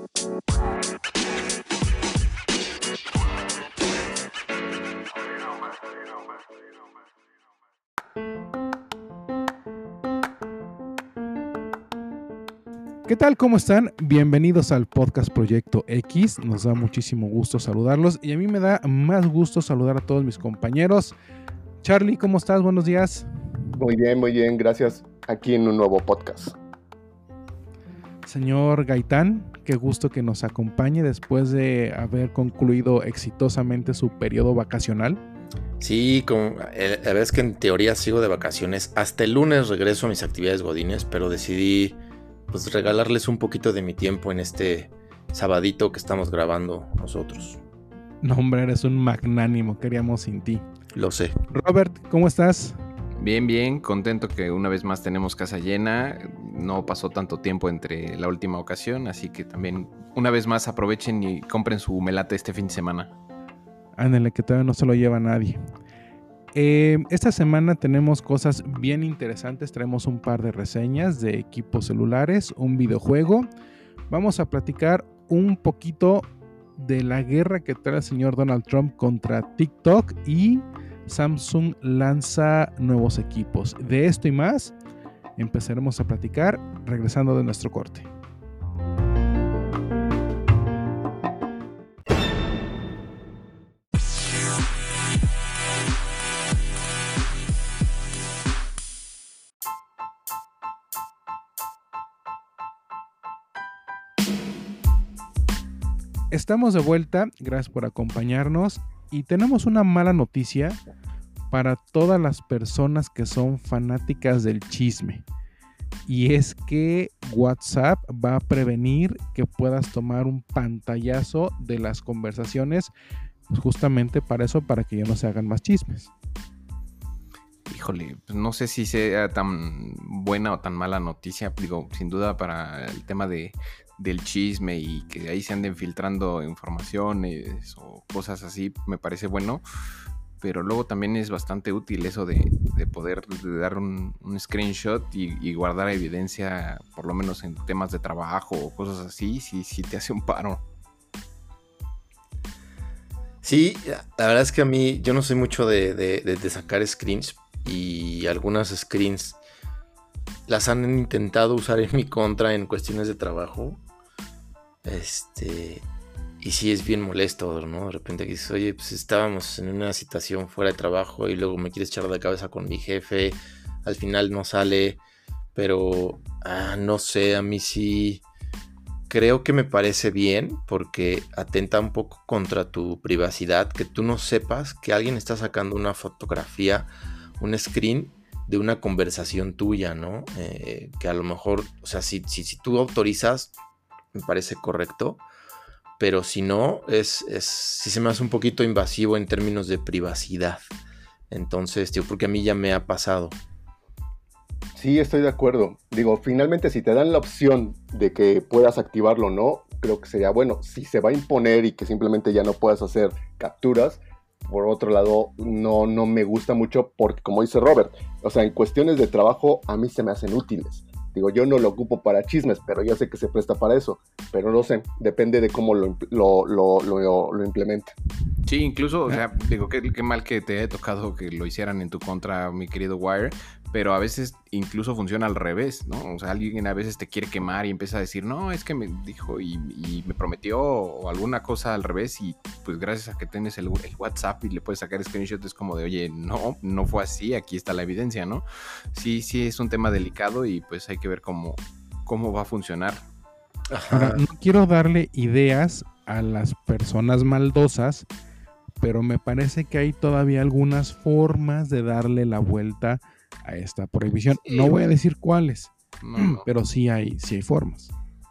¿Qué tal? ¿Cómo están? Bienvenidos al podcast Proyecto X. Nos da muchísimo gusto saludarlos y a mí me da más gusto saludar a todos mis compañeros. Charlie, ¿cómo estás? Buenos días. Muy bien, gracias. Aquí en un nuevo podcast. Señor Gaitán, qué gusto que nos acompañe después de haber concluido exitosamente su periodo vacacional. Sí, la verdad es que en teoría sigo de vacaciones. Hasta el lunes regreso a mis actividades godines, pero decidí pues regalarles un poquito de mi tiempo en este sabadito que estamos grabando nosotros. No, hombre, eres un magnánimo, queríamos sin ti. Lo sé. Robert, ¿cómo estás? Bien, contento que una vez más tenemos casa llena. No pasó tanto tiempo entre la última ocasión, así que también una vez más aprovechen y compren su melate este fin de semana. Ándale, que todavía no se lo lleva nadie. Esta semana tenemos cosas bien interesantes. Traemos un par de reseñas de equipos celulares, un videojuego. Vamos a platicar un poquito de la guerra que trae el señor Donald Trump contra TikTok y Samsung lanza nuevos equipos. De esto y más empezaremos a platicar regresando de nuestro corte. Estamos de vuelta, gracias por acompañarnos y tenemos una mala noticia para todas las personas que son fanáticas del chisme, y es que WhatsApp va a prevenir que puedas tomar un pantallazo de las conversaciones, pues justamente para eso, para que ya no se hagan más chismes. Híjole, pues no sé si sea tan buena o tan mala noticia. Digo, sin duda para el tema del chisme y que ahí se anden filtrando informaciones o cosas así, me parece bueno. Pero luego también es bastante útil eso de poder dar un screenshot y guardar evidencia, por lo menos en temas de trabajo o cosas así, si te hace un paro. Sí, la verdad es que a mí, yo no soy mucho de sacar screens, y algunas screens las han intentado usar en mi contra en cuestiones de trabajo. Y sí es bien molesto, ¿no? De repente que dices, oye, pues estábamos en una situación fuera de trabajo y luego me quieres echar de cabeza con mi jefe, al final no sale, pero no sé, a mí sí creo que me parece bien porque atenta un poco contra tu privacidad, que tú no sepas que alguien está sacando una fotografía, un screen de una conversación tuya, ¿no? Que a lo mejor, o sea, si tú autorizas, me parece correcto, pero si no, sí se me hace un poquito invasivo en términos de privacidad. Entonces, porque a mí ya me ha pasado. Sí, estoy de acuerdo. Digo, finalmente si te dan la opción de que puedas activarlo o no, creo que sería bueno. Si se va a imponer y que simplemente ya no puedas hacer capturas, por otro lado, no me gusta mucho porque, como dice Robert, o sea, en cuestiones de trabajo a mí se me hacen útiles. Digo, yo no lo ocupo para chismes, pero ya sé que se presta para eso. Pero no sé, depende de cómo lo implemente. Sí, incluso, o sea, digo, qué mal que te haya tocado que lo hicieran en tu contra, mi querido Wire, pero a veces incluso funciona al revés, ¿no? O sea, alguien a veces te quiere quemar y empieza a decir, no, es que me dijo y me prometió o alguna cosa al revés, y pues gracias a que tienes el WhatsApp y le puedes sacar screenshot, es como de, oye, no fue así, aquí está la evidencia, ¿no? Sí, es un tema delicado y pues hay que ver cómo va a funcionar. Ahora, no quiero darle ideas a las personas maldosas, pero me parece que hay todavía algunas formas de darle la vuelta a esta prohibición. Sí, no voy a decir cuáles, pero sí hay formas.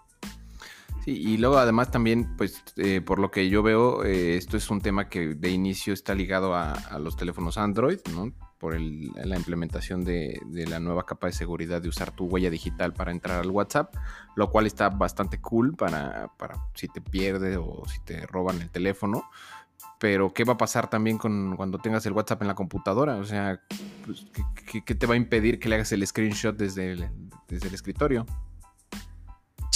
Sí, y luego además también, pues por lo que yo veo, esto es un tema que de inicio está ligado a los teléfonos Android, ¿no? Por la implementación de la nueva capa de seguridad de usar tu huella digital para entrar al WhatsApp, lo cual está bastante cool para si te pierdes o si te roban el teléfono. Pero ¿qué va a pasar también cuando tengas el WhatsApp en la computadora? O sea, pues, ¿qué te va a impedir que le hagas el screenshot desde el escritorio?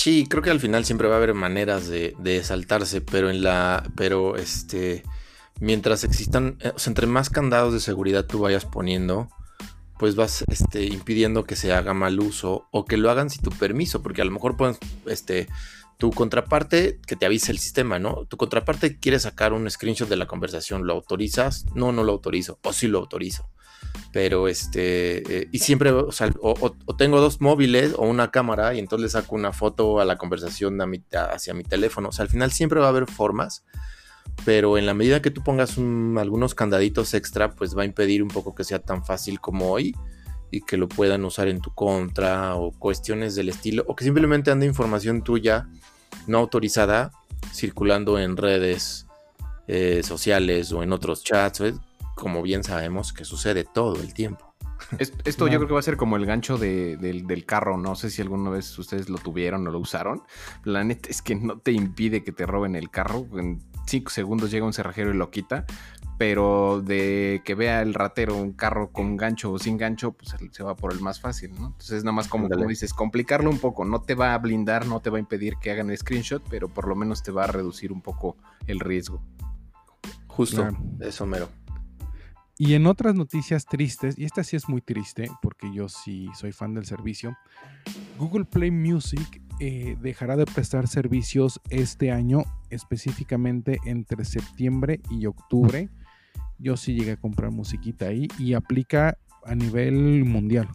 Sí, creo que al final siempre va a haber maneras de saltarse, pero mientras existan, o sea, entre más candados de seguridad tú vayas poniendo, pues vas impidiendo que se haga mal uso o que lo hagan sin tu permiso, porque a lo mejor pueden, tu contraparte, que te avise el sistema, ¿no? Tu contraparte quiere sacar un screenshot de la conversación, ¿lo autorizas? No, no lo autorizo, o sí lo autorizo. Pero y siempre, o sea, o tengo dos móviles o una cámara y entonces le saco una foto a la conversación hacia mi teléfono. O sea, al final siempre va a haber formas, pero en la medida que tú pongas algunos candaditos extra, pues va a impedir un poco que sea tan fácil como hoy y que lo puedan usar en tu contra o cuestiones del estilo, o que simplemente ande información tuya no autorizada circulando en redes sociales o en otros chats, ¿ves? Como bien sabemos que sucede todo el tiempo. Esto yo creo que va a ser como el gancho del carro. No sé si alguna vez ustedes lo tuvieron o lo usaron. La neta es que no te impide que te roben el carro. En 5 segundos llega un cerrajero y lo quita. Pero de que vea el ratero un carro con gancho o sin gancho, pues se va por el más fácil, ¿no? Entonces nada más como dices, complicarlo un poco. No te va a blindar, no te va a impedir que hagan el screenshot, pero por lo menos te va a reducir un poco el riesgo. Justo, claro. Eso mero. Y en otras noticias tristes, y esta sí es muy triste, porque yo sí soy fan del servicio, Google Play Music dejará de prestar servicios este año, específicamente entre septiembre y octubre. Yo sí llegué a comprar musiquita ahí y aplica a nivel mundial.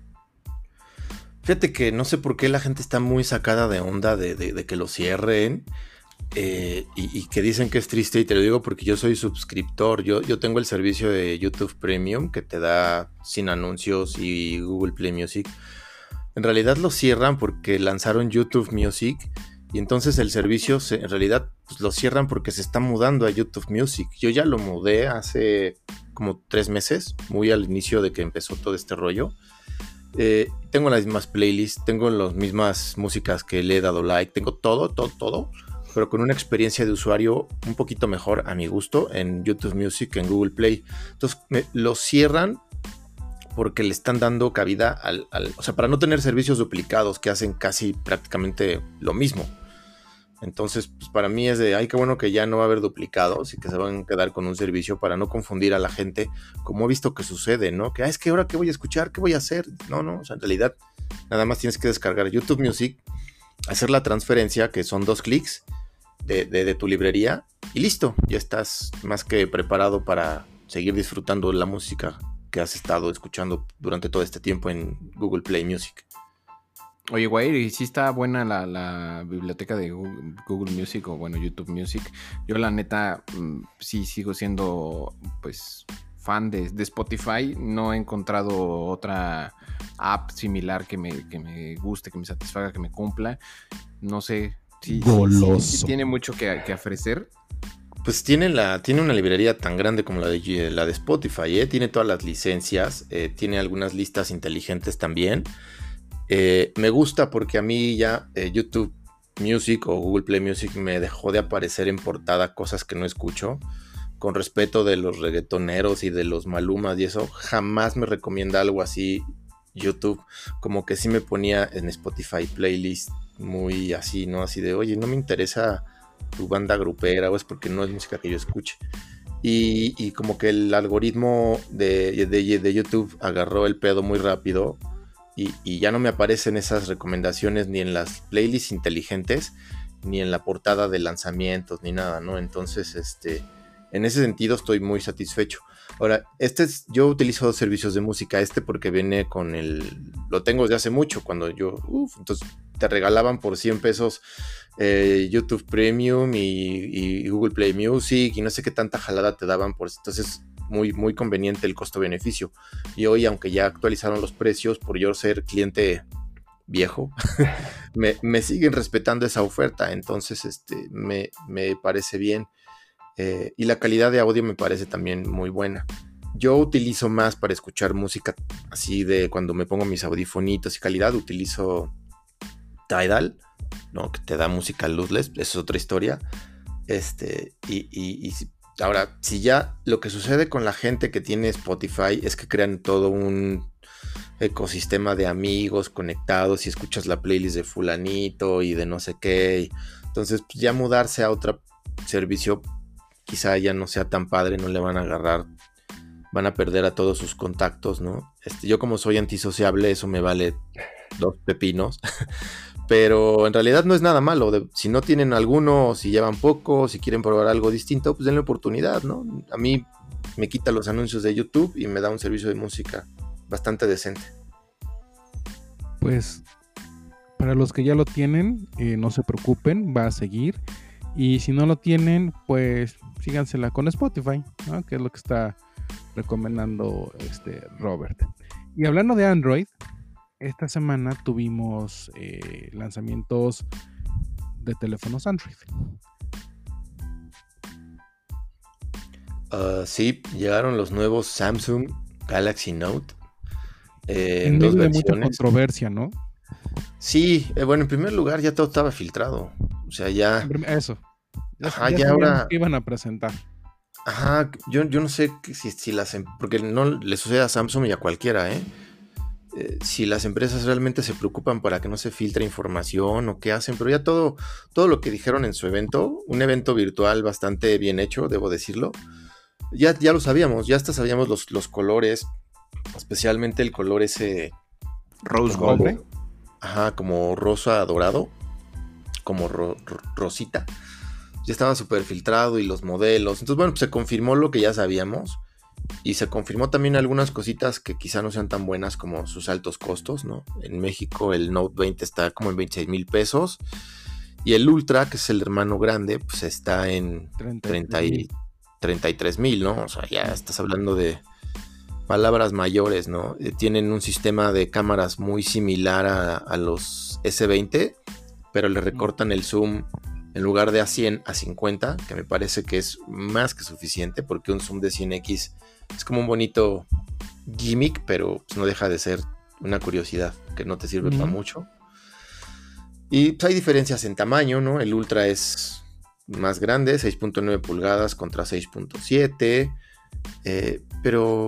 Fíjate que no sé por qué la gente está muy sacada de onda de que lo cierren. Y que dicen que es triste, y te lo digo porque yo soy suscriptor. Yo tengo el servicio de YouTube Premium que te da sin anuncios y Google Play Music. En realidad lo cierran porque lanzaron YouTube Music y entonces el servicio en realidad pues, lo cierran porque se está mudando a YouTube Music. Yo ya lo mudé hace como 3 meses, muy al inicio de que empezó todo este rollo. Tengo las mismas playlists, tengo las mismas músicas que le he dado like, tengo todo, pero con una experiencia de usuario un poquito mejor a mi gusto en YouTube Music, en Google Play. Entonces lo cierran porque le están dando cabida o sea, para no tener servicios duplicados que hacen casi prácticamente lo mismo. Entonces, pues para mí es de, ay, qué bueno que ya no va a haber duplicados y que se van a quedar con un servicio para no confundir a la gente, como he visto que sucede, ¿no? Que, es que ahora qué voy a escuchar, qué voy a hacer. No, o sea, en realidad nada más tienes que descargar YouTube Music, hacer la transferencia, que son 2 clics, de tu librería y listo, ya estás más que preparado para seguir disfrutando de la música que has estado escuchando durante todo este tiempo en Google Play Music. Oye, Guair, ¿y si está buena la biblioteca de Google Music o bueno, YouTube Music? Yo la neta sí sigo siendo pues fan de Spotify. No he encontrado otra app similar que me guste, que me satisfaga, que me cumpla. No sé. Sí, tiene mucho que ofrecer. Pues tiene una librería tan grande como la de Spotify, ¿eh? Tiene todas las licencias, tiene algunas listas inteligentes también. Me gusta porque a mí ya YouTube Music o Google Play Music me dejó de aparecer en portada cosas que no escucho. Con respeto de los reggaetoneros y de los Malumas y eso, jamás me recomienda algo así YouTube. Como que sí me ponía en Spotify playlist muy así, ¿no? Así de, oye, no me interesa tu banda grupera o es porque no es música que yo escuche. Y como que el algoritmo de YouTube agarró el pedo muy rápido y ya no me aparecen esas recomendaciones ni en las playlists inteligentes ni en la portada de lanzamientos ni nada, ¿no? Entonces, en ese sentido estoy muy satisfecho. Ahora, yo utilizo 2 servicios de música, porque viene con lo tengo desde hace mucho, cuando entonces te regalaban por 100 pesos YouTube Premium y Google Play Music y no sé qué tanta jalada te daban entonces muy, muy conveniente el costo-beneficio. Y hoy, aunque ya actualizaron los precios, por yo ser cliente viejo, me siguen respetando esa oferta, entonces me parece bien. Y la calidad de audio me parece también muy buena. Yo utilizo más para escuchar música así de cuando me pongo mis audifonitos y calidad, utilizo Tidal, ¿no? Que te da música lossless, eso es otra historia. Ahora, si ya lo que sucede con la gente que tiene Spotify es que crean todo ecosistema de amigos conectados y escuchas la playlist de fulanito y de no sé qué. Entonces, pues, ya mudarse a otro servicio quizá ya no sea tan padre, no le van a agarrar, van a perder a todos sus contactos, ¿no? Yo como soy antisociable, eso me vale 2 pepinos. Pero en realidad no es nada malo. Si no tienen alguno, si llevan poco, si quieren probar algo distinto, pues denle oportunidad, ¿no? A mí me quita los anuncios de YouTube y me da un servicio de música bastante decente. Pues para los que ya lo tienen, no se preocupen, va a seguir. Y si no lo tienen, pues sígansela con Spotify, ¿no? Que es lo que está recomendando Robert. Y hablando de Android, esta semana tuvimos lanzamientos de teléfonos Android. Sí, llegaron los nuevos Samsung Galaxy Note. En medio de mucha controversia, ¿no? Sí, bueno, en primer lugar ya todo estaba filtrado. O sea, ya... Eso. Ajá, ya ahora... que iban a presentar. Ajá, yo no sé si las... Porque no le sucede a Samsung y a cualquiera, si las empresas realmente se preocupan para que no se filtre información o qué hacen, pero ya todo lo que dijeron en su evento, un evento virtual bastante bien hecho, debo decirlo, ya lo sabíamos, ya hasta sabíamos los colores, especialmente el color ese Rose Gold. Ajá, como rosa dorado, como rosita, ya estaba súper filtrado y los modelos, entonces bueno, pues se confirmó lo que ya sabíamos. Y se confirmó también algunas cositas que quizá no sean tan buenas como sus altos costos, ¿no? En México el Note 20 está como en 26 mil pesos. Y el Ultra, que es el hermano grande, pues está en 33 mil, ¿no? O sea, ya estás hablando de palabras mayores, ¿no? Tienen un sistema de cámaras muy similar a los S20, pero le recortan el zoom en lugar de a 100 a 50, que me parece que es más que suficiente, porque un zoom de 100x es como un bonito gimmick, pero pues no deja de ser una curiosidad que no te sirve para mucho. Y pues hay diferencias en tamaño, ¿no? El Ultra es más grande, 6.9 pulgadas contra 6.7, pero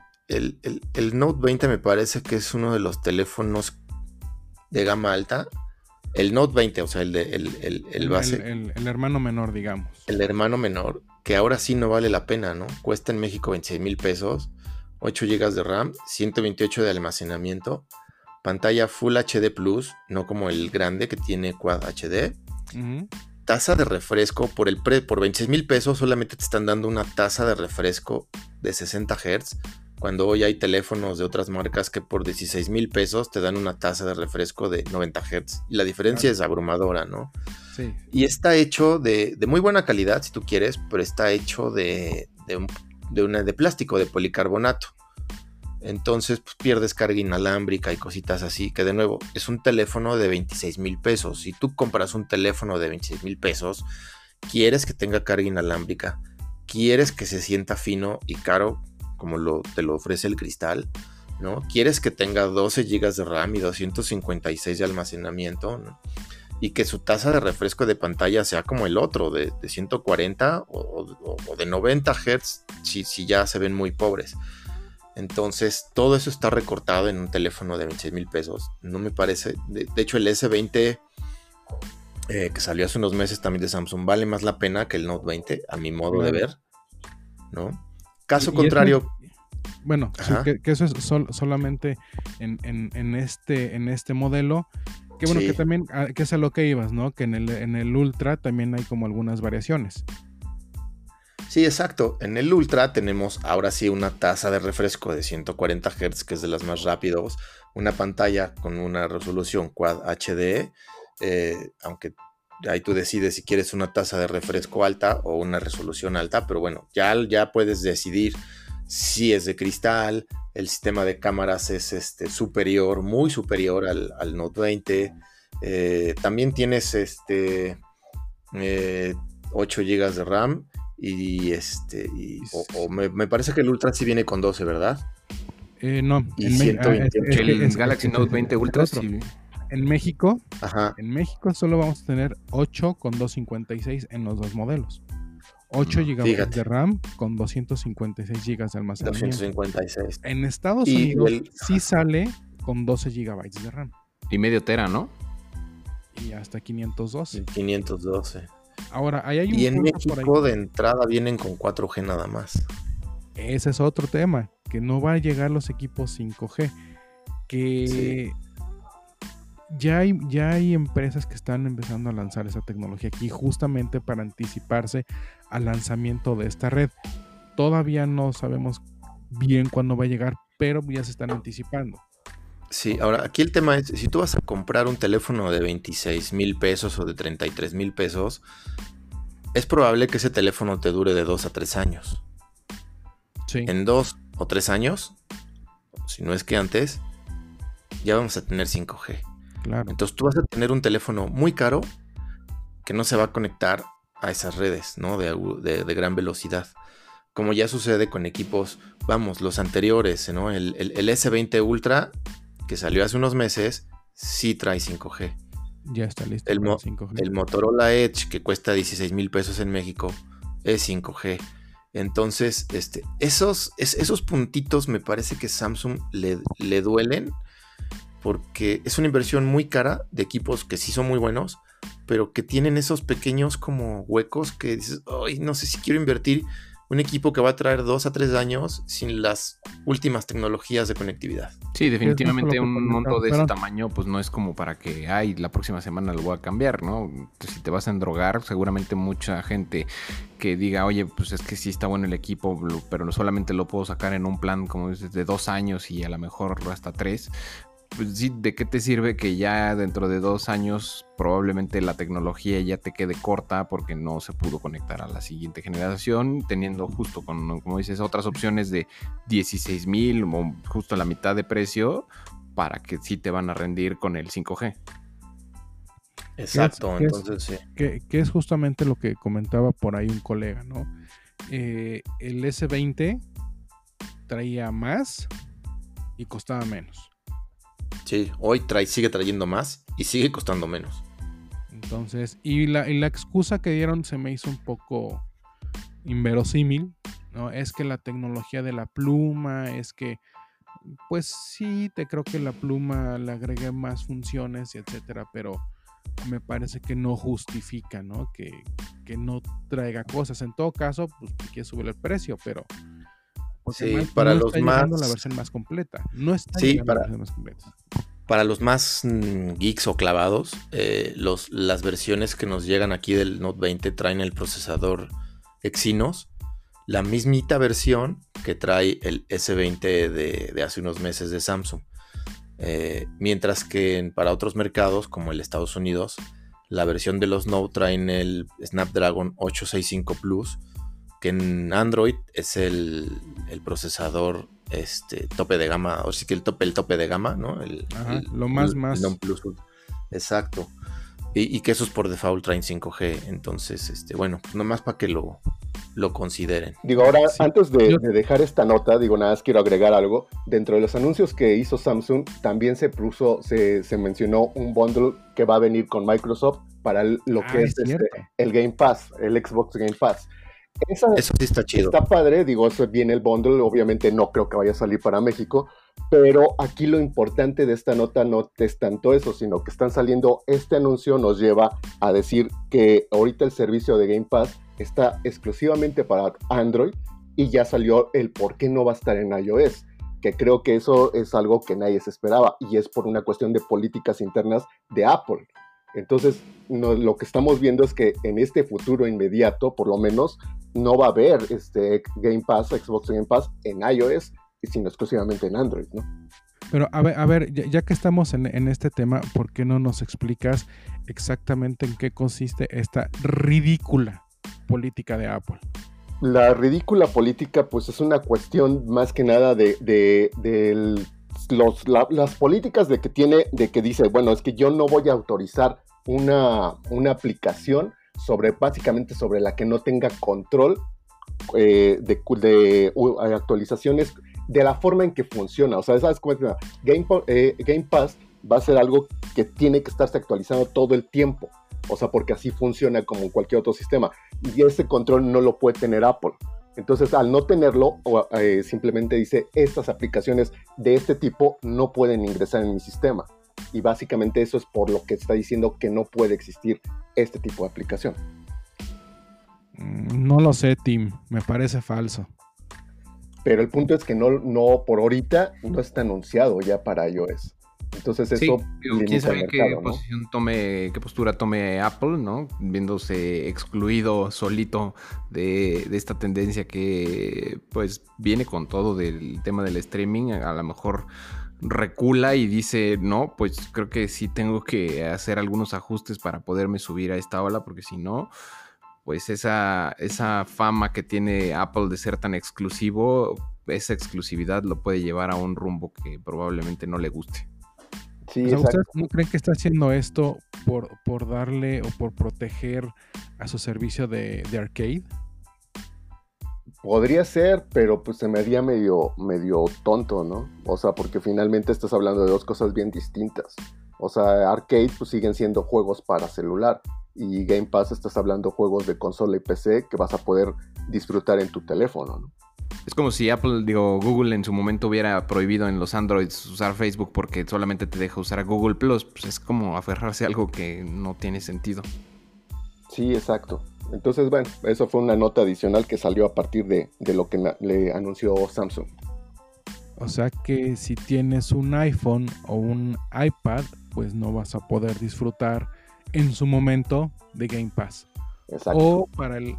el Note 20 me parece que es uno de los teléfonos de gama alta. El Note 20, o sea, el base. El hermano menor, digamos. El hermano menor, que ahora sí no vale la pena, ¿no? Cuesta en México 26 mil pesos, 8 GB de RAM, 128 de almacenamiento, pantalla Full HD Plus, no como el grande que tiene Quad HD. Tasa de refresco, por 26 mil pesos solamente te están dando una tasa de refresco de 60 Hz, cuando hoy hay teléfonos de otras marcas que por 16 mil pesos te dan una tasa de refresco de 90 Hz. Y la diferencia es abrumadora, ¿no? Sí. Y está hecho de muy buena calidad, si tú quieres, pero está hecho de plástico, de policarbonato. Entonces pues, pierdes carga inalámbrica y cositas así, que de nuevo, es un teléfono de 26 mil pesos. Si tú compras un teléfono de 26 mil pesos, quieres que tenga carga inalámbrica, quieres que se sienta fino y caro, como te lo ofrece el Cristal, ¿no? Quieres que tenga 12 GB de RAM y 256 de almacenamiento, ¿no? Y que su tasa de refresco de pantalla sea como el otro, de 140 o de 90 Hz, si ya se ven muy pobres. Entonces, todo eso está recortado en un teléfono de 26 mil pesos. No me parece. De hecho, el S20, que salió hace unos meses también de Samsung, vale más la pena que el Note 20, a mi modo de ver, ¿no? Caso contrario. Bueno, sí, que eso es solamente en este modelo. Que bueno, sí. Que también, que es a lo que ibas, ¿no? Que en el Ultra también hay como algunas variaciones. Sí, exacto. En el Ultra tenemos ahora sí una tasa de refresco de 140 Hz, que es de las más rápidos, una pantalla con una resolución Quad HD, aunque ahí tú decides si quieres una tasa de refresco alta o una resolución alta, pero bueno, ya puedes decidir si es de cristal. El sistema de cámaras es superior, muy superior al Note 20. También tienes 8 GB de RAM me parece que el Ultra sí viene con 12, ¿verdad? No. Y 128. El Galaxy Note 20 Ultra sí. En México, ajá. En México solo vamos a tener 8 con 256 en los dos modelos. 8 GB Fíjate. de RAM con 256 GB de almacenamiento. 256. En Estados Y Unidos sí sale con 12 GB de RAM. Y medio tera, ¿no? Y hasta 512. 512. Ahora, ahí hay un Y en punto por ahí. México de entrada vienen con 4G nada más. Ese es otro tema, que no va a llegar los equipos 5G. Que ya hay empresas que están empezando a lanzar esa tecnología aquí justamente para anticiparse al lanzamiento de esta red. Todavía no sabemos bien cuándo va a llegar, pero ya se están anticipando. Sí, ahora aquí el tema es, si tú vas a comprar un teléfono de 26,000 pesos o de 33,000 pesos, es probable que ese teléfono te dure de 2 a 3 años. Sí. En 2 o 3 años, si no es que antes, ya vamos a tener 5G. Claro. Entonces tú vas a tener un teléfono muy caro que no se va a conectar a esas redes, ¿no? De gran velocidad. Como ya sucede con equipos, vamos, los anteriores, ¿no? El S20 Ultra, que salió hace unos meses, sí trae 5G. Ya está listo El, para 5G. el Motorola Edge, que cuesta 16,000 pesos en México, es 5G. Entonces, esos puntitos me parece que Samsung le duelen, porque es una inversión muy cara de equipos que sí son muy buenos, pero que tienen esos pequeños como huecos que dices, ay, no sé si quiero invertir un equipo que va a traer 2 a 3 años sin las últimas tecnologías de conectividad. Sí, definitivamente lo que un monto de ese comentaron. tamaño pues no es como para que, ay, la próxima semana lo voy a cambiar, ¿no? Si te vas a endrogar, seguramente mucha gente que diga, oye, pues es que sí está bueno el equipo, pero solamente lo puedo sacar en un plan, como dices, de 2 años y a lo mejor hasta 3. Pues sí, ¿de qué te sirve que ya dentro de 2 años probablemente la tecnología ya te quede corta porque no se pudo conectar a la siguiente generación, teniendo justo como dices, otras opciones de 16,000 o justo la mitad de precio para que sí te van a rendir con el 5G? Exacto, entonces sí. Que es justamente lo que comentaba por ahí un colega, ¿no? El S20 traía más y costaba menos. Sí, hoy sigue trayendo más y sigue costando menos. Entonces, y la excusa que dieron se me hizo un poco inverosímil, ¿no? Es que la tecnología de la pluma, es que, pues sí, te creo que la pluma le agregué más funciones y etcétera, pero me parece que no justifica, ¿no? Que no traiga cosas. En todo caso, pues quiere subir el precio, pero sí, para no los está llegando la versión más completa. No está llegando la versión más completa. Para los más geeks o clavados, las versiones que nos llegan aquí del Note 20 traen el procesador Exynos, la mismita versión que trae el S20 de hace unos meses de Samsung. Mientras que para otros mercados, como el Estados Unidos, la versión de los Note traen el Snapdragon 865 Plus, que en Android es el procesador tope de gama, o sí que el tope de gama, ¿no? Lo más. El Plus. Exacto. Y que esos por default traen 5G. Entonces, bueno, pues nomás para que lo consideren. Digo, ahora, sí, antes de dejar esta nota, digo, nada más quiero agregar algo. Dentro de los anuncios que hizo Samsung, también se mencionó un bundle que va a venir con Microsoft para lo que es el Game Pass, el Xbox Game Pass. Eso sí está chido. Está padre, digo, eso viene el bundle, obviamente no creo que vaya a salir para México, pero aquí lo importante de esta nota no es tanto eso, sino que están saliendo, este anuncio nos lleva a decir que ahorita el servicio de Game Pass está exclusivamente para Android y ya salió el por qué no va a estar en iOS, que creo que eso es algo que nadie se esperaba y es por una cuestión de políticas internas de Apple. Entonces, lo que estamos viendo es que en este futuro inmediato, por lo menos, no va a haber Game Pass, Xbox Game Pass en iOS, sino exclusivamente en Android, ¿no? Pero a ver, ya que estamos en este tema, ¿por qué no nos explicas exactamente en qué consiste esta ridícula política de Apple? La ridícula política, pues es una cuestión más que nada de las políticas de que dice, bueno, es que yo no voy a autorizar una aplicación básicamente sobre la que no tenga control de actualizaciones de la forma en que funciona. O sea, ¿sabes cómo es? Game Pass va a ser algo que tiene que estarse actualizando todo el tiempo. O sea, porque así funciona como cualquier otro sistema. Y ese control no lo puede tener Apple. Entonces, al no tenerlo, simplemente dice, estas aplicaciones de este tipo no pueden ingresar en mi sistema. Y básicamente eso es por lo que está diciendo que no puede existir este tipo de aplicación. No lo sé, Tim. Me parece falso. Pero el punto es que no por ahorita no está anunciado ya para iOS. Entonces eso quién sabe qué posición qué postura tome Apple, ¿no? Viéndose excluido solito de esta tendencia que pues viene con todo del tema del streaming. A lo mejor recula y dice, no, pues creo que sí tengo que hacer algunos ajustes para poderme subir a esta ola, porque si no, pues esa fama que tiene Apple de ser tan exclusivo, esa exclusividad lo puede llevar a un rumbo que probablemente no le guste. Sí, o sea, ¿ustedes no creen que está haciendo esto por darle o por proteger a su servicio de arcade? Podría ser, pero pues se me haría medio tonto, ¿no? O sea, porque finalmente estás hablando de dos cosas bien distintas. O sea, arcade pues siguen siendo juegos para celular, y Game Pass estás hablando de juegos de consola y PC que vas a poder disfrutar en tu teléfono, ¿no? Es como si Google en su momento hubiera prohibido en los Androids usar Facebook porque solamente te deja usar Google Plus. Pues es como aferrarse a algo que no tiene sentido. Sí, exacto. Entonces, bueno, eso fue una nota adicional que salió a partir de lo que le anunció Samsung. O sea que si tienes un iPhone o un iPad, pues no vas a poder disfrutar en su momento de Game Pass. Exacto. O para el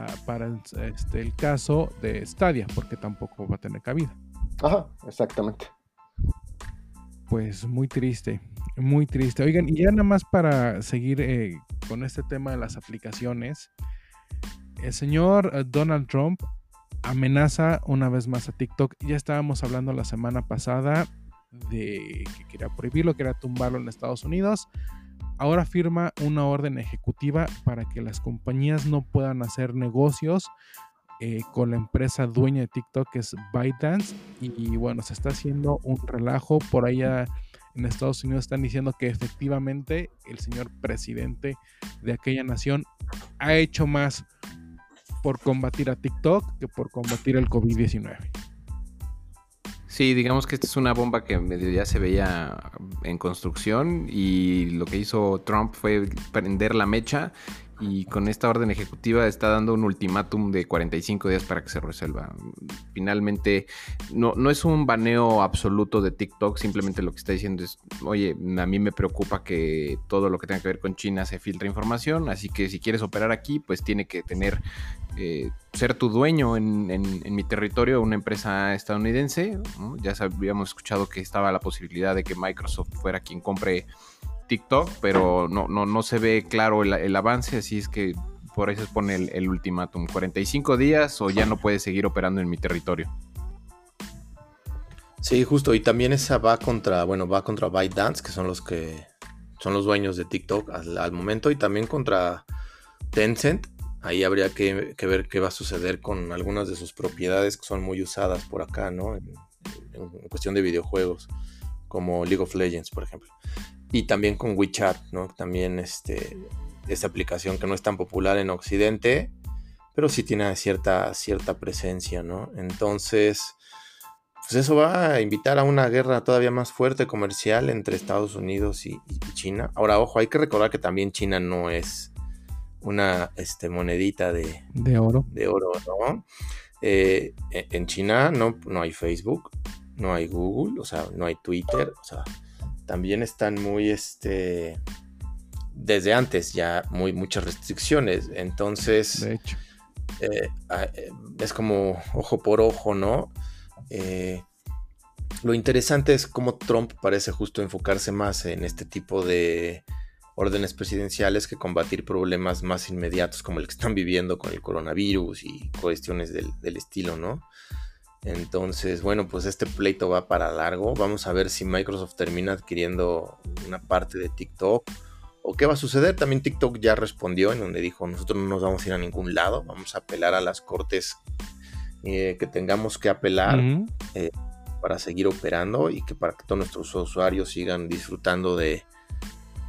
caso de Stadia, porque tampoco va a tener cabida. Ajá, exactamente. Pues muy triste, muy triste. Oigan, y ya nada más para seguir con este tema de las aplicaciones, el señor Donald Trump amenaza una vez más a TikTok. Ya estábamos hablando la semana pasada de que quería prohibirlo, quería tumbarlo en Estados Unidos. Ahora firma una orden ejecutiva para que las compañías no puedan hacer negocios con la empresa dueña de TikTok, que es ByteDance. Y bueno, se está haciendo un relajo. Por allá en Estados Unidos están diciendo que efectivamente el señor presidente de aquella nación ha hecho más por combatir a TikTok que por combatir el COVID-19. Sí, digamos que esta es una bomba que medio ya se veía en construcción, y lo que hizo Trump fue prender la mecha, y con esta orden ejecutiva está dando un ultimátum de 45 días para que se resuelva. Finalmente, no es un baneo absoluto de TikTok, simplemente lo que está diciendo es, oye, a mí me preocupa que todo lo que tenga que ver con China se filtre información, así que si quieres operar aquí, pues tiene que tener... ser tu dueño en mi territorio, una empresa estadounidense, ¿no? Ya habíamos escuchado que estaba la posibilidad de que Microsoft fuera quien compre TikTok, pero no se ve claro el avance, así es que por eso se pone el ultimátum, 45 días o ya no puedes seguir operando en mi territorio. Sí, justo, y también esa va contra ByteDance, que son los dueños de TikTok al momento, y también contra Tencent. Ahí habría que ver qué va a suceder con algunas de sus propiedades que son muy usadas por acá, ¿no? En cuestión de videojuegos, como League of Legends, por ejemplo. Y también con WeChat, ¿no? También esta aplicación que no es tan popular en Occidente, pero sí tiene cierta presencia, ¿no? Entonces, pues eso va a invitar a una guerra todavía más fuerte comercial entre Estados Unidos y China. Ahora, ojo, hay que recordar que también China no es una monedita de oro, ¿no? En China no hay Facebook, no hay Google, o sea, no hay Twitter, o sea, también están muy desde antes ya muchas restricciones. Entonces, de hecho, es como ojo por ojo, ¿no? Lo interesante es cómo Trump parece justo enfocarse más en este tipo de órdenes presidenciales que combatir problemas más inmediatos como el que están viviendo con el coronavirus y cuestiones del estilo, ¿no? Entonces, bueno, pues este pleito va para largo. Vamos a ver si Microsoft termina adquiriendo una parte de TikTok o qué va a suceder. También TikTok ya respondió en donde dijo, nosotros no nos vamos a ir a ningún lado, vamos a apelar a las cortes que tengamos que apelar para seguir operando y que para que todos nuestros usuarios sigan disfrutando de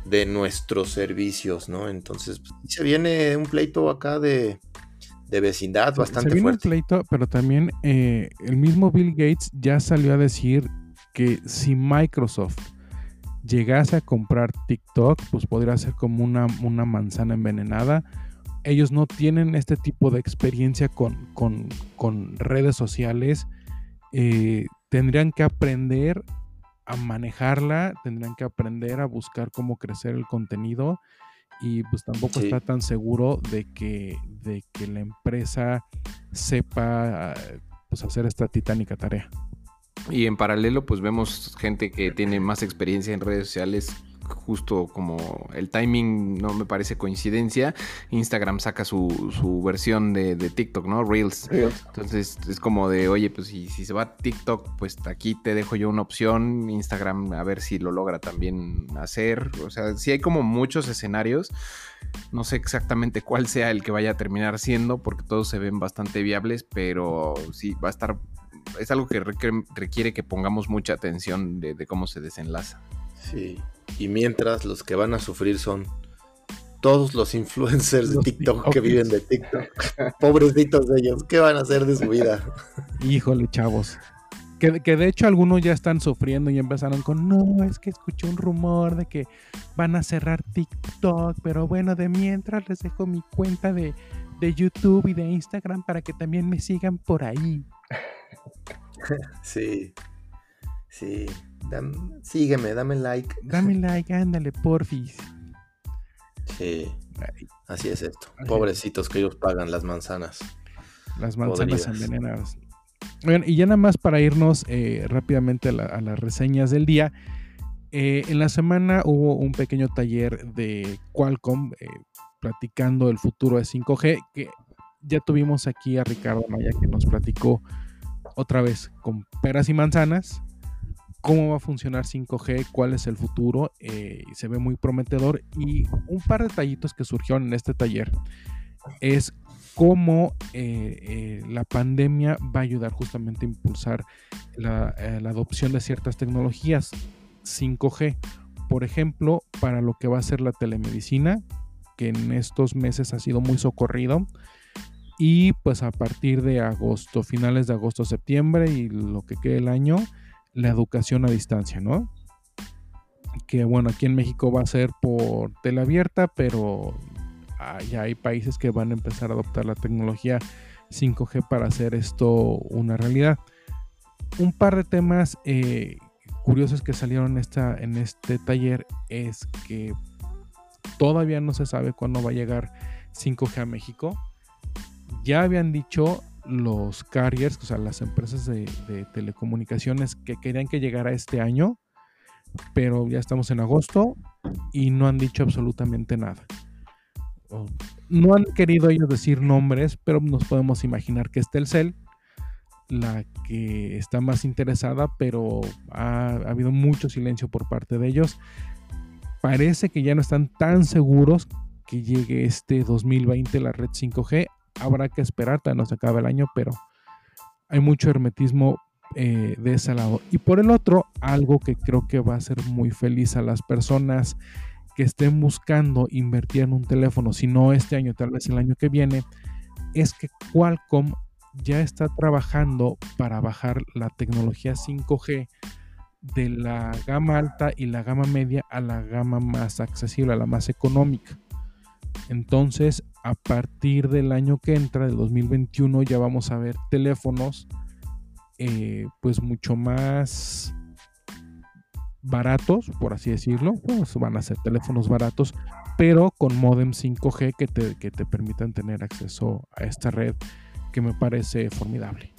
de nuestros servicios, ¿no? Entonces, pues, se viene un pleito acá de vecindad bastante se viene fuerte. un pleito, pero también el mismo Bill Gates ya salió a decir que si Microsoft llegase a comprar TikTok, pues podría ser como una manzana envenenada. Ellos no tienen este tipo de experiencia con redes sociales. Tendrían que aprender a manejarla, tendrían que aprender a buscar cómo crecer el contenido, y pues tampoco Sí. está tan seguro de que la empresa sepa pues hacer esta titánica tarea. Y en paralelo, pues vemos gente que tiene más experiencia en redes sociales, justo como el timing no me parece coincidencia. Instagram saca su versión de TikTok, ¿no? Reels. Entonces es como de, oye, pues si se va a TikTok, pues aquí te dejo yo una opción. Instagram, a ver si lo logra también hacer. O sea, sí hay como muchos escenarios. No sé exactamente cuál sea el que vaya a terminar siendo, porque todos se ven bastante viables, pero sí va a estar... Es algo que requiere que pongamos mucha atención de cómo se desenlaza. Sí, y mientras los que van a sufrir son todos los influencers de TikTok que viven de TikTok. Pobrecitos de ellos, ¿qué van a hacer de su vida? Híjole, chavos. Que de hecho algunos ya están sufriendo y empezaron con, no, es que escuché un rumor de que van a cerrar TikTok, pero bueno, de mientras les dejo mi cuenta de YouTube y de Instagram para que también me sigan por ahí. Sí, sígueme, dame like. Dame like, ándale, porfis. Sí, Ay, así es esto. Pobrecitos que ellos pagan las manzanas. las manzanas podridas. envenenadas. Bueno, y ya nada más para irnos rápidamente a las reseñas del día. En la semana hubo un pequeño taller de Qualcomm platicando el futuro de 5G, que ya tuvimos aquí a Ricardo Maya, que nos platicó otra vez con peras y manzanas cómo va a funcionar 5G, cuál es el futuro, se ve muy prometedor. Y un par de detallitos que surgieron en este taller es cómo la pandemia va a ayudar justamente a impulsar la adopción de ciertas tecnologías 5G, por ejemplo, para lo que va a ser la telemedicina, que en estos meses ha sido muy socorrido. Y pues a partir de agosto, finales de agosto, septiembre y lo que quede el año, la educación a distancia, ¿no? Que bueno, aquí en México va a ser por tele abierta, pero ya hay países que van a empezar a adoptar la tecnología 5G para hacer esto una realidad. Un par de temas curiosos que salieron en este taller es que todavía no se sabe cuándo va a llegar 5G a México. Ya habían dicho los carriers, o sea, las empresas de telecomunicaciones, que querían que llegara este año, pero ya estamos en agosto y no han dicho absolutamente nada. No han querido ellos decir nombres, pero nos podemos imaginar que es Telcel la que está más interesada, pero ha habido mucho silencio por parte de ellos. Parece que ya no están tan seguros que llegue este 2020 la red 5G. Habrá que esperar, todavía no se acaba el año, pero hay mucho hermetismo de ese lado. Y por el otro, algo que creo que va a hacer muy feliz a las personas que estén buscando invertir en un teléfono, si no este año, tal vez el año que viene, es que Qualcomm ya está trabajando para bajar la tecnología 5G de la gama alta y la gama media a la gama más accesible, a la más económica. Entonces, a partir del año que entra, del 2021, ya vamos a ver teléfonos pues mucho más baratos, por así decirlo. Pues van a ser teléfonos baratos, pero con módem 5G que te permitan tener acceso a esta red, que me parece formidable.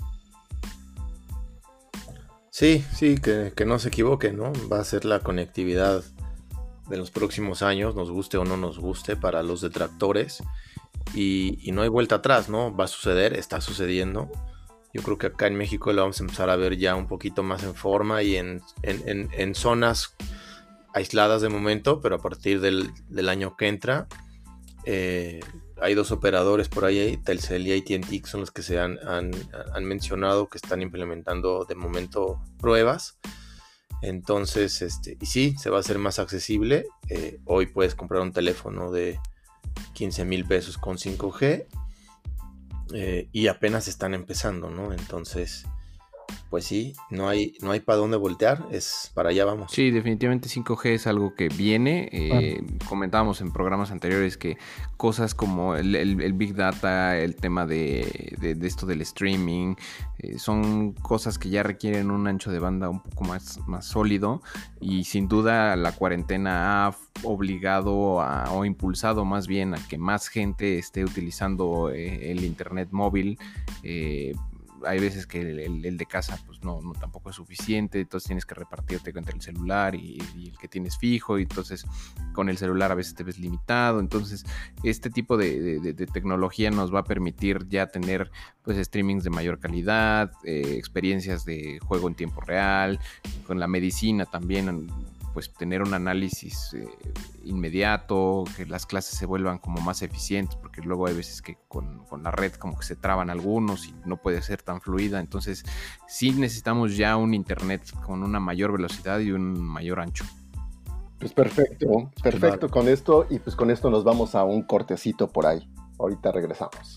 Sí, que no se equivoque, ¿no? Va a ser la conectividad de los próximos años, nos guste o no nos guste, para los detractores, y no hay vuelta atrás, ¿no? Va a suceder, está sucediendo. Yo creo que acá en México lo vamos a empezar a ver ya un poquito más en forma y en zonas aisladas de momento, pero a partir del año que entra, hay dos operadores por ahí, Telcel y AT&T, que son los que se han mencionado que están implementando de momento pruebas. Entonces, y sí, se va a hacer más accesible. Hoy puedes comprar un teléfono de 15,000 pesos con 5G y apenas están empezando, ¿no? Entonces, pues sí, no hay para dónde voltear, es para allá vamos. Sí, definitivamente 5G es algo que viene. Comentábamos en programas anteriores que cosas como el Big Data, el tema de esto del streaming, son cosas que ya requieren un ancho de banda un poco más sólido, y sin duda la cuarentena ha obligado o impulsado más bien a que más gente esté utilizando el internet móvil. Hay veces que el de casa pues no tampoco es suficiente, entonces tienes que repartirte entre el celular y el que tienes fijo, y entonces con el celular a veces te ves limitado. Entonces este tipo de tecnología nos va a permitir ya tener pues streamings de mayor calidad, experiencias de juego en tiempo real, con la medicina también, pues tener un análisis inmediato, que las clases se vuelvan como más eficientes, porque luego hay veces que con la red como que se traban algunos y no puede ser tan fluida. Entonces sí necesitamos ya un internet con una mayor velocidad y un mayor ancho. Pues perfecto claro. Con esto, y pues con esto nos vamos a un cortecito por ahí. Ahorita regresamos.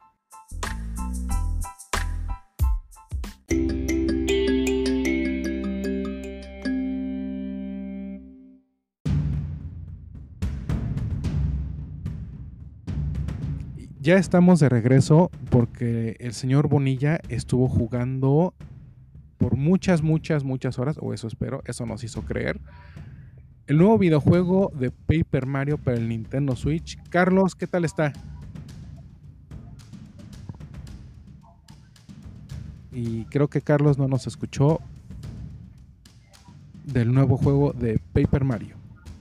Ya estamos de regreso porque el señor Bonilla estuvo jugando por muchas horas, o eso espero, eso nos hizo creer, el nuevo videojuego de Paper Mario para el Nintendo Switch. Carlos, ¿qué tal está? Y creo que Carlos no nos escuchó del nuevo juego de Paper Mario.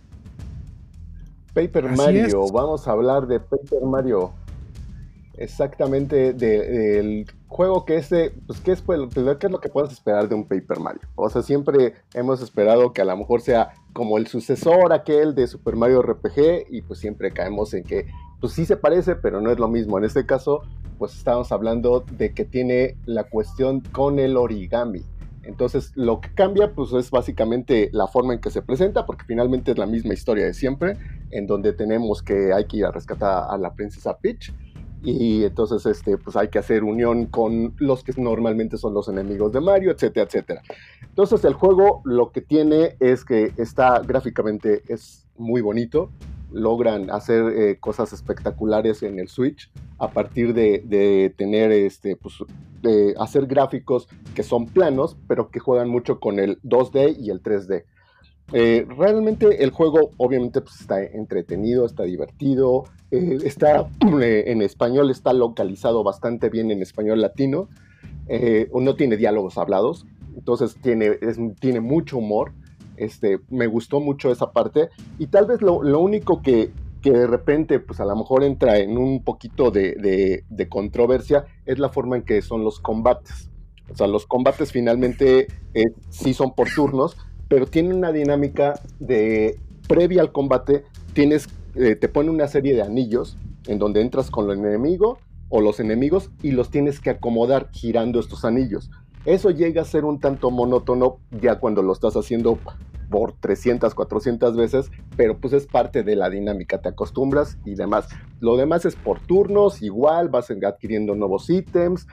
Paper Así Mario, es. Vamos a hablar de Paper Mario. Exactamente, del juego que pues, ¿qué es lo que puedes esperar de un Paper Mario? O sea, siempre hemos esperado que a lo mejor sea como el sucesor aquel de Super Mario RPG, y pues siempre caemos en que pues sí se parece, pero no es lo mismo. En este caso, pues estamos hablando de que tiene la cuestión con el origami. Entonces, lo que cambia pues es básicamente la forma en que se presenta, porque finalmente es la misma historia de siempre, en donde tenemos que hay que ir a rescatar a la princesa Peach. Y entonces pues hay que hacer unión con los que normalmente son los enemigos de Mario, etcétera, etcétera. Entonces el juego lo que tiene es que gráficamente es muy bonito, logran hacer cosas espectaculares en el Switch a partir de tener de hacer gráficos que son planos, pero que juegan mucho con el 2D y el 3D. Realmente el juego obviamente pues, está entretenido, está divertido, está en español, está localizado bastante bien en español latino, no tiene diálogos hablados, entonces tiene mucho humor. Me gustó mucho esa parte, y tal vez lo único que de repente pues a lo mejor entra en un poquito de controversia es la forma en que son los combates. O sea, los combates finalmente sí son por turnos, pero tiene una dinámica previa al combate, te pone una serie de anillos en donde entras con el enemigo o los enemigos y los tienes que acomodar girando estos anillos. Eso llega a ser un tanto monótono ya cuando lo estás haciendo por 300, 400 veces, pero pues es parte de la dinámica, te acostumbras y demás. Lo demás es por turnos, igual vas adquiriendo nuevos ítems,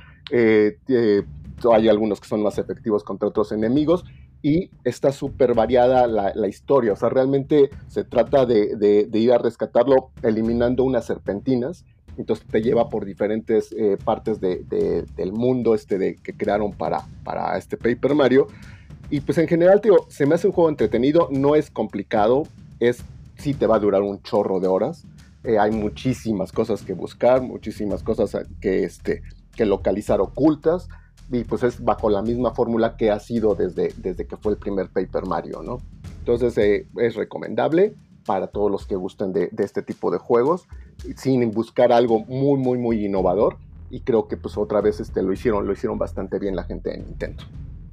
hay algunos que son más efectivos contra otros enemigos, y está súper variada la historia. O sea, realmente se trata de ir a rescatarlo eliminando unas serpentinas. Entonces te lleva por diferentes partes del mundo que crearon para este Paper Mario. Y pues en general, tío, se me hace un juego entretenido, no es complicado, sí te va a durar un chorro de horas. Hay muchísimas cosas que buscar, muchísimas cosas que localizar ocultas. Y pues es bajo la misma fórmula que ha sido desde que fue el primer Paper Mario, ¿no? Entonces es recomendable para todos los que gusten de este tipo de juegos, sin buscar algo muy, muy, muy innovador. Y creo que pues otra vez lo hicieron bastante bien la gente de Nintendo.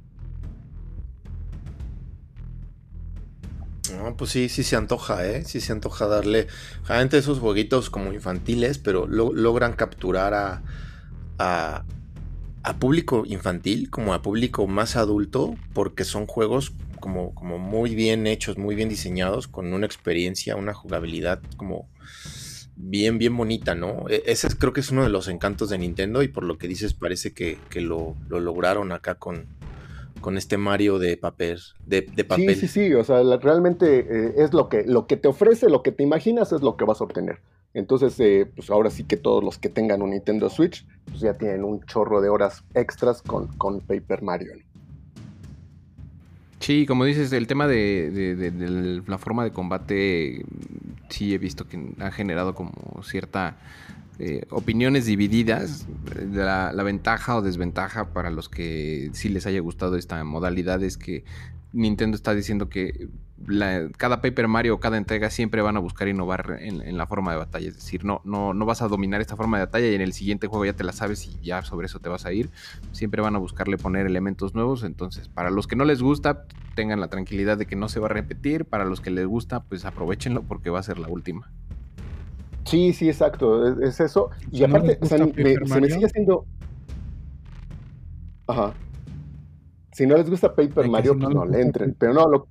No, pues sí se antoja, sí se antoja darle generalmente esos jueguitos como infantiles, pero logran capturar a público infantil como a público más adulto, porque son juegos como muy bien hechos, muy bien diseñados, con una experiencia, una jugabilidad como bien, bien bonita, ¿no? Ese creo que es uno de los encantos de Nintendo, y por lo que dices parece que lo lograron acá con este Mario de papel, de papel. Sí, o sea, realmente es lo que te ofrece, lo que te imaginas es lo que vas a obtener. Entonces, pues ahora sí que todos los que tengan un Nintendo Switch, pues ya tienen un chorro de horas extras con Paper Mario, ¿no? Sí, como dices, el tema de la forma de combate, sí he visto que ha generado como cierta opiniones divididas de la ventaja o desventaja para los que sí les haya gustado esta modalidad. Es que Nintendo está diciendo que cada Paper Mario o cada entrega siempre van a buscar innovar en la forma de batalla. Es decir, no vas a dominar esta forma de batalla y en el siguiente juego ya te la sabes y ya sobre eso te vas a ir. Siempre van a buscarle poner elementos nuevos. Entonces, para los que no les gusta, tengan la tranquilidad de que no se va a repetir. Para los que les gusta, pues aprovechenlo porque va a ser la última. Sí, exacto, es eso. Y aparte, o sea, se me sigue haciendo... Ajá. Si no les gusta Paper Mario, pues no le entren. Pero no,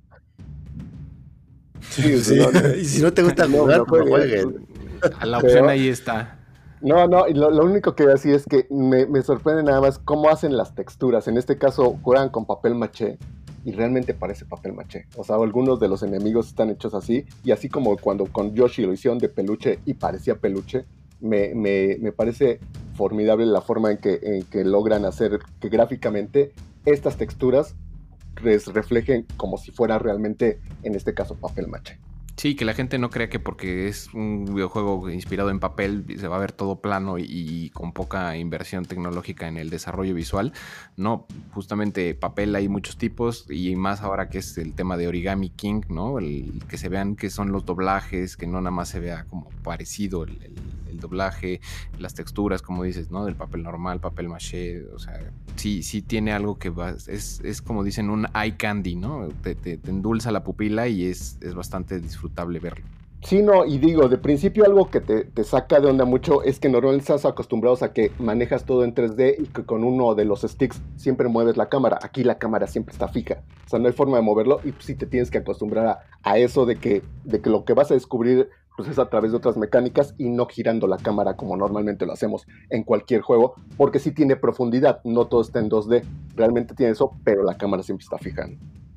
Sí. Y si no te gusta jugar, no juegues. La opción ahí está. No, y lo único que voy a decir es que me sorprende nada más cómo hacen las texturas. En este caso, juegan con papel maché y realmente parece papel maché. O sea, algunos de los enemigos están hechos así, y así como cuando con Yoshi lo hicieron de peluche y parecía peluche, me parece formidable la forma en que logran hacer que gráficamente estas texturas reflejen como si fuera realmente, en este caso, papel maché. Sí, que la gente no crea que porque es un videojuego inspirado en papel se va a ver todo plano y con poca inversión tecnológica en el desarrollo visual. No, justamente papel hay muchos tipos, y más ahora que es el tema de Origami King, ¿no? El que se vean que son los doblajes, que no nada más se vea como parecido el doblaje, las texturas, como dices, ¿no? Del papel normal, papel maché, o sea, sí tiene algo que es como dicen, un eye candy, ¿no? Te endulza la pupila y es bastante disfrutable verlo. Sí, no, y digo, de principio algo que te saca de onda mucho es que normalmente estás acostumbrados a que manejas todo en 3D y que con uno de los sticks siempre mueves la cámara. Aquí la cámara siempre está fija, o sea, no hay forma de moverlo, y sí te tienes que acostumbrar a eso de que lo que vas a descubrir pues es a través de otras mecánicas y no girando la cámara como normalmente lo hacemos en cualquier juego, porque sí tiene profundidad, no todo está en 2D, realmente tiene eso, pero la cámara siempre está fija.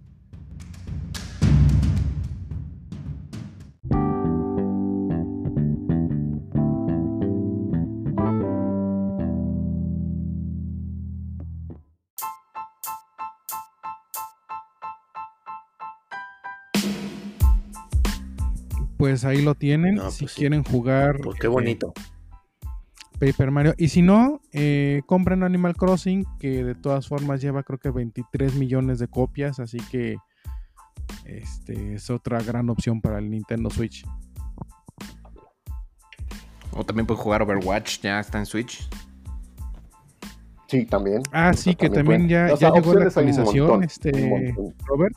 Pues ahí lo tienen, si quieren jugar. Pues qué bonito. Paper Mario. Y si no, compren Animal Crossing, que de todas formas lleva creo que 23 millones de copias, así que es otra gran opción para el Nintendo Switch. O también pueden jugar Overwatch, ya está en Switch. Sí, también. Ah, sí, que también ya llegó la actualización, Robert.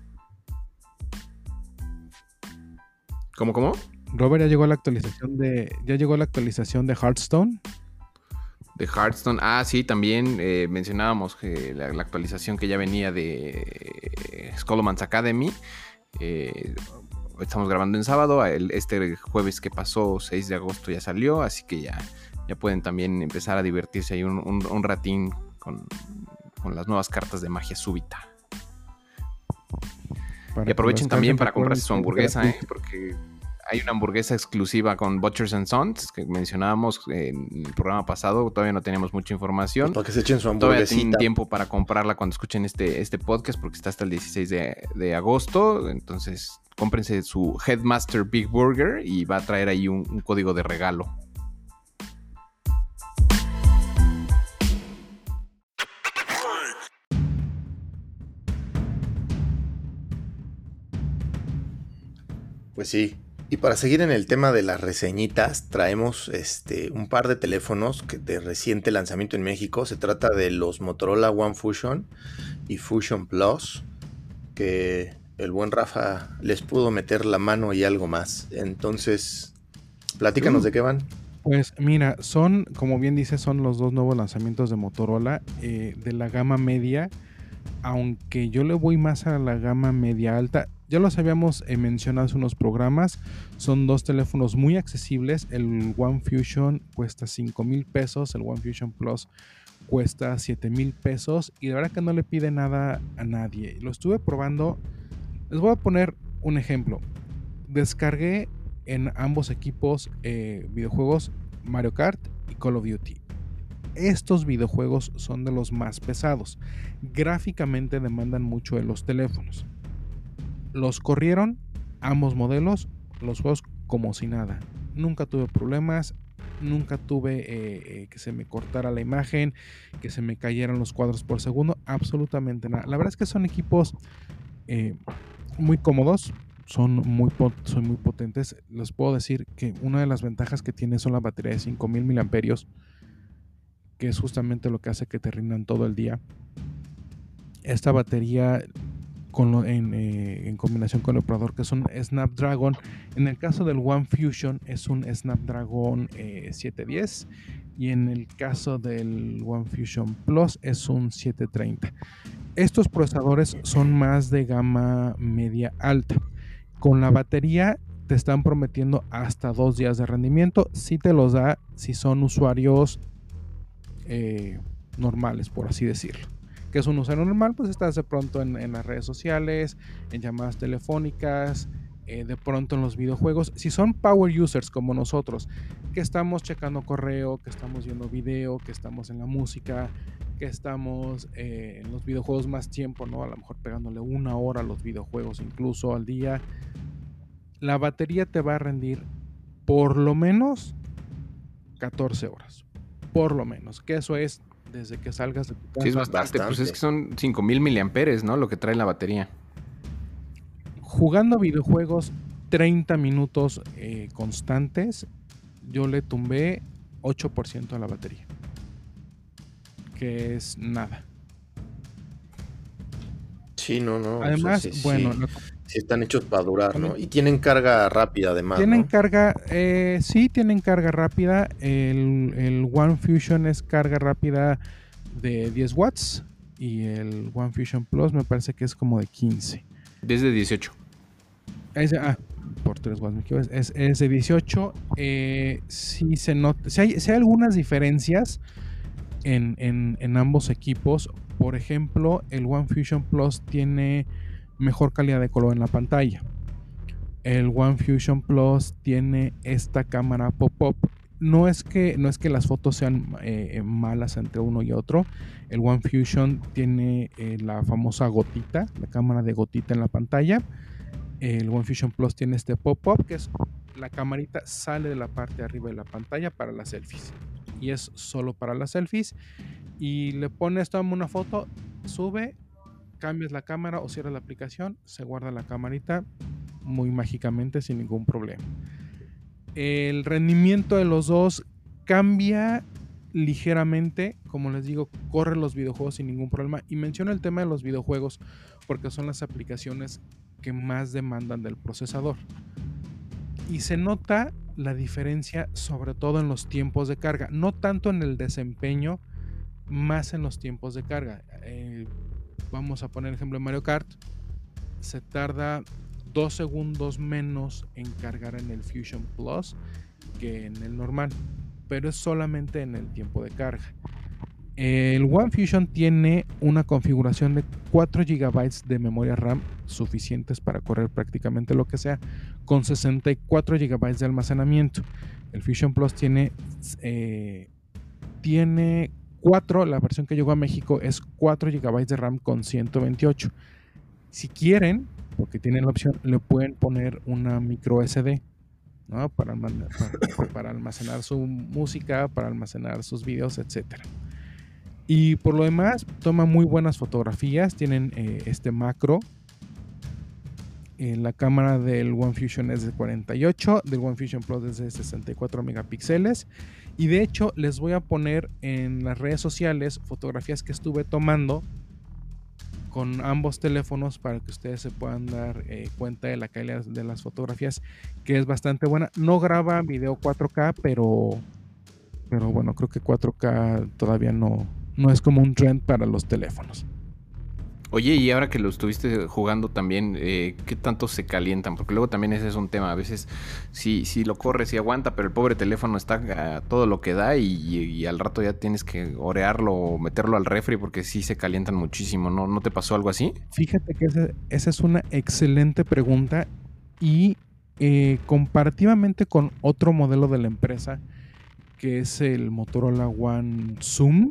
¿Cómo? Robert, ya llegó la actualización de Hearthstone. De Hearthstone, sí, también mencionábamos que la actualización que ya venía de Skullman's Academy. Estamos grabando en sábado, este jueves que pasó, 6 de agosto, ya salió, así que ya pueden también empezar a divertirse ahí un ratín con las nuevas cartas de magia súbita. Y aprovechen también para comprarse su hamburguesa, porque hay una hamburguesa exclusiva con Butchers and Sons que mencionábamos en el programa pasado. Todavía no teníamos mucha información. Pues para que se echen su hamburguesita. Todavía tienen tiempo para comprarla cuando escuchen este podcast, porque está hasta el 16 de agosto. Entonces, cómprense su Headmaster Big Burger y va a traer ahí un código de regalo. Pues sí. Y para seguir en el tema de las reseñitas, traemos un par de teléfonos de reciente lanzamiento en México. Se trata de los Motorola One Fusion y Fusion Plus, que el buen Rafa les pudo meter la mano y algo más. Entonces, platícanos de qué van. Pues mira, como bien dice, son los dos nuevos lanzamientos de Motorola de la gama media. aunque yo le voy más a la gama media alta. Ya los habíamos mencionado hace unos programas. Son dos teléfonos muy accesibles. El One Fusion cuesta 5,000 pesos. El One Fusion Plus cuesta 7,000 pesos. Y de verdad que no le pide nada a nadie. Lo estuve probando. Les voy a poner un ejemplo. Descargué en ambos equipos videojuegos Mario Kart y Call of Duty. Estos videojuegos son de los más pesados. Gráficamente demandan mucho de los teléfonos. Los corrieron ambos modelos, los juegos como si nada. Nunca tuve problemas, nunca tuve que se me cortara la imagen, que se me cayeran los cuadros por segundo, absolutamente nada. La verdad es que son equipos muy cómodos, son muy potentes. Les puedo decir que una de las ventajas que tiene son la batería de 5,000 miliamperios, que es justamente lo que hace que te rindan todo el día. Esta batería en combinación con el operador, que es un Snapdragon, en el caso del One Fusion es un Snapdragon 710, y en el caso del One Fusion Plus es un 730. Estos procesadores son más de gama media alta. Con la batería te están prometiendo hasta 2 días de rendimiento. Si te los da si son usuarios normales, por así decirlo. Que es un usuario normal, pues estás de pronto en las redes sociales, en llamadas telefónicas, de pronto en los videojuegos. Si son power users como nosotros, que estamos checando correo, que estamos viendo video, que estamos en la música, que estamos en los videojuegos más tiempo, ¿no? A lo mejor pegándole 1 hora a los videojuegos incluso al día, la batería te va a rendir por lo menos 14 horas. Por lo menos, que eso es desde que salgas de tu casa. Sí, es bastante. Pues es que son 5,000 miliamperes, ¿no? Lo que trae la batería. Jugando videojuegos 30 minutos constantes, yo le tumbé 8% a la batería, que es nada. Sí, no. Además, o sea, sí, bueno, sí están hechos para durar, ¿no? Y tienen carga rápida además, tienen ¿no? carga, sí tienen carga rápida. El One Fusion es carga rápida de 10 watts y el One Fusion Plus me parece que es como de 15. Desde 18. Por 3 watts me equivoco. Es de 18. Sí se nota. Si hay algunas diferencias en ambos equipos. Por ejemplo, el One Fusion Plus tiene mejor calidad de color en la pantalla. El One Fusion Plus tiene esta cámara pop-up. No es que las fotos sean malas entre uno y otro. El One Fusion tiene la famosa gotita, la cámara de gotita en la pantalla. El One Fusion Plus tiene este pop-up, que es la camarita sale de la parte de arriba de la pantalla para las selfies. Y es solo para las selfies. Y le pones, toma una foto, sube, cambias la cámara o cierras la aplicación, se guarda la camarita muy mágicamente sin ningún problema. El rendimiento de los dos cambia ligeramente, como les digo, corre los videojuegos sin ningún problema. Y menciono el tema de los videojuegos porque son las aplicaciones que más demandan del procesador. Y se nota la diferencia sobre todo en los tiempos de carga, no tanto en el desempeño, más en los tiempos de carga. Vamos a poner ejemplo en Mario Kart, se tarda 2 segundos menos en cargar en el Fusion Plus que en el normal, pero es solamente en el tiempo de carga. El One Fusion tiene una configuración de 4 GB de memoria RAM suficientes para correr prácticamente lo que sea, con 64 GB de almacenamiento. El Fusion Plus tiene 4, la versión que llegó a México es 4 GB de RAM con 128. Si quieren, porque tienen la opción, le pueden poner una micro SD, ¿no? para almacenar su música, para almacenar sus videos, etcétera. Y por lo demás, toma muy buenas fotografías. Tienen este macro. La cámara del One Fusion es de 48, del One Fusion Plus es de 64 megapíxeles. Y de hecho, les voy a poner en las redes sociales fotografías que estuve tomando con ambos teléfonos para que ustedes se puedan dar cuenta de la calidad de las fotografías, que es bastante buena. No graba video 4K, pero bueno, creo que 4K todavía no es como un trend para los teléfonos. Oye, y ahora que lo estuviste jugando también, ¿qué tanto se calientan? Porque luego también ese es un tema. A veces sí lo corres y aguanta, pero el pobre teléfono está a todo lo que da y al rato ya tienes que orearlo o meterlo al refri porque sí se calientan muchísimo. ¿No te pasó algo así? Fíjate que esa es una excelente pregunta y comparativamente con otro modelo de la empresa, que es el Motorola One Zoom,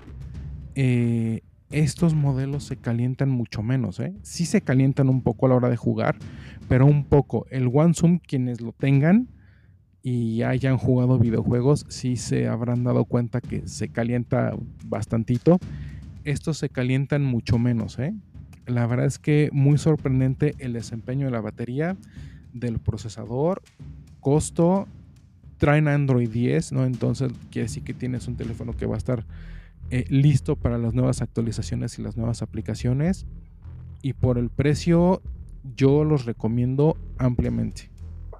estos modelos se calientan mucho menos, ¿eh? Sí se calientan un poco a la hora de jugar, pero un poco. El One Zoom, quienes lo tengan y hayan jugado videojuegos, sí se habrán dado cuenta que se calienta bastantito. Estos se calientan mucho menos, ¿eh? La verdad es que muy sorprendente el desempeño de la batería, del procesador, costo. Traen Android 10, ¿no? Entonces quiere decir que tienes un teléfono que va a estar listo para las nuevas actualizaciones y las nuevas aplicaciones, y por el precio yo los recomiendo ampliamente.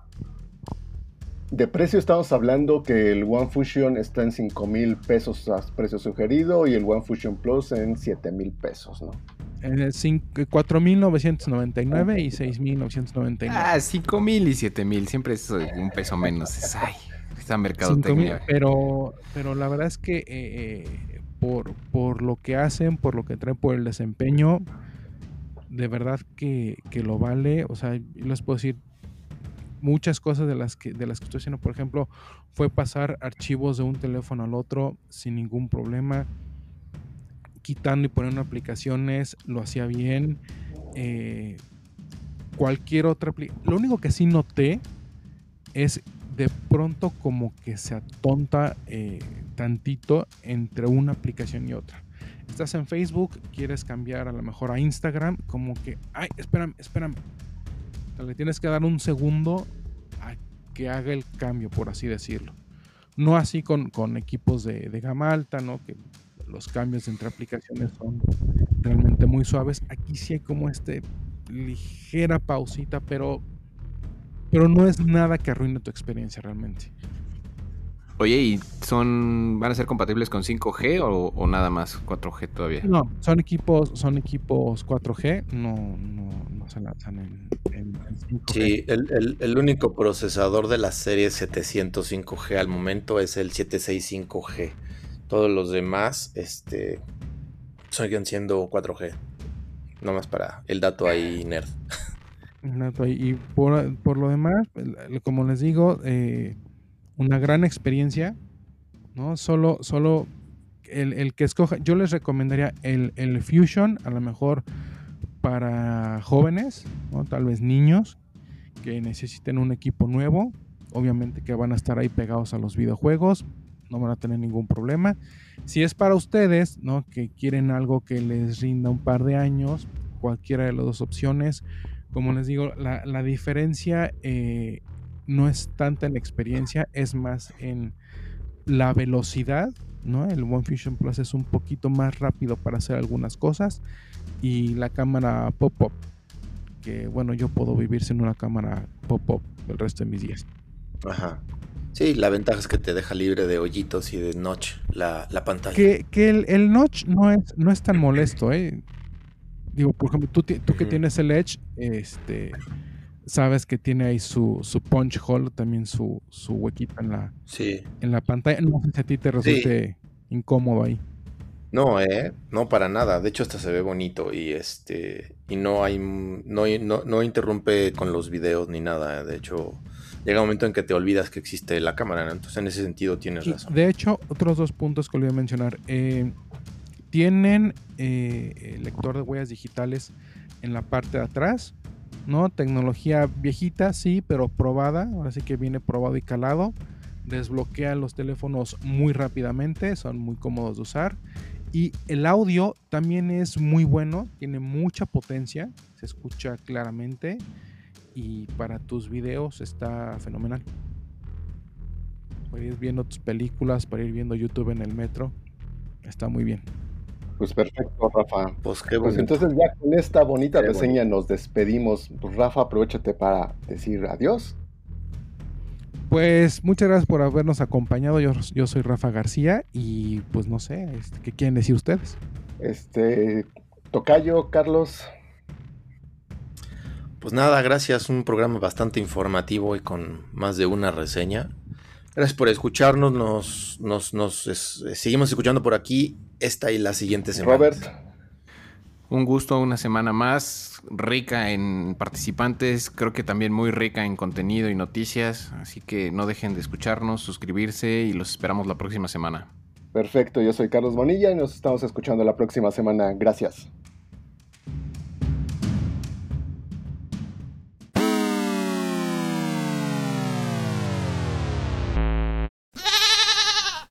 De precio estamos hablando que el One Fusion está en 5,000 pesos a precio sugerido y el One Fusion Plus en 7,000 pesos, ¿no? 4,999 y 6,999. Ah, 5,000 y 7,000, siempre es un peso menos. Ay, esta mercadotecnia. Pero la verdad es que por lo que hacen, por lo que traen, por el desempeño, de verdad que lo vale. O sea, yo les puedo decir muchas cosas de las que estoy haciendo. Por ejemplo, fue pasar archivos de un teléfono al otro sin ningún problema, quitando y poniendo aplicaciones, lo hacía bien. Cualquier otra aplicación. Lo único que sí noté es de pronto como que se atonta tantito entre una aplicación y otra. Estás en Facebook, quieres cambiar a lo mejor a Instagram, como que, ay, espérame. O sea, le tienes que dar un segundo a que haga el cambio, por así decirlo. No así con equipos de gama alta, ¿no? Que los cambios entre aplicaciones son realmente muy suaves. Aquí sí hay como ligera pausita, pero no es nada que arruine tu experiencia realmente. Oye, ¿y van a ser compatibles con 5G o nada más 4G todavía? No, son equipos 4G, no se lanzan en 5G. Sí, el único procesador de la serie 705G al momento es el 765G. Todos los demás siguen siendo 4G. Nomás para el dato ahí nerd. Y por lo demás, como les digo, una gran experiencia, ¿no? Solo el que escoja, yo les recomendaría el Fusion, a lo mejor para jóvenes, ¿no? Tal vez niños que necesiten un equipo nuevo, obviamente que van a estar ahí pegados a los videojuegos, no van a tener ningún problema. Si es para ustedes, ¿no? Que quieren algo que les rinda un par de años, cualquiera de las dos opciones. Como les digo, la diferencia no es tanta en la experiencia, es más en la velocidad, ¿no? El One Fusion Plus es un poquito más rápido para hacer algunas cosas, y la cámara pop-up, que bueno, yo puedo vivir sin una cámara pop-up el resto de mis días. Ajá. Sí, la ventaja es que te deja libre de hoyitos y de notch la pantalla. Que el notch no es tan molesto, ¿eh? Digo, por ejemplo, tú que tienes el Edge, sabes que tiene ahí su punch hole, también su huequito en la pantalla. No sé si a ti te resulte incómodo ahí. No, no para nada. De hecho, hasta se ve bonito y y no interrumpe con los videos ni nada. De hecho, llega un momento en que te olvidas que existe la cámara, ¿no? Entonces, en ese sentido tienes razón. De hecho, otros dos puntos que olvidé mencionar. Tienen lector de huellas digitales en la parte de atrás, ¿no? Tecnología viejita, sí, pero probada. Ahora sí que viene probado y calado. Desbloquea los teléfonos muy rápidamente, son muy cómodos de usar. Y el audio también es muy bueno, tiene mucha potencia, se escucha claramente, y para tus videos está fenomenal. Para ir viendo tus películas, para ir viendo YouTube en el metro, está muy bien. Pues perfecto, Rafa. Pues qué bonito. Pues entonces ya con esta bonita reseña nos despedimos. Pues Rafa, aprovechate para decir adiós. Pues muchas gracias por habernos acompañado. Yo soy Rafa García y pues no sé, ¿qué quieren decir ustedes? Tocayo, Carlos. Pues nada, gracias. Un programa bastante informativo y con más de una reseña. Gracias por escucharnos. Seguimos escuchando por aquí esta y la siguiente semana. Robert. Un gusto, una semana más, rica en participantes, creo que también muy rica en contenido y noticias, así que no dejen de escucharnos, suscribirse y los esperamos la próxima semana. Perfecto, yo soy Carlos Bonilla y nos estamos escuchando la próxima semana. Gracias.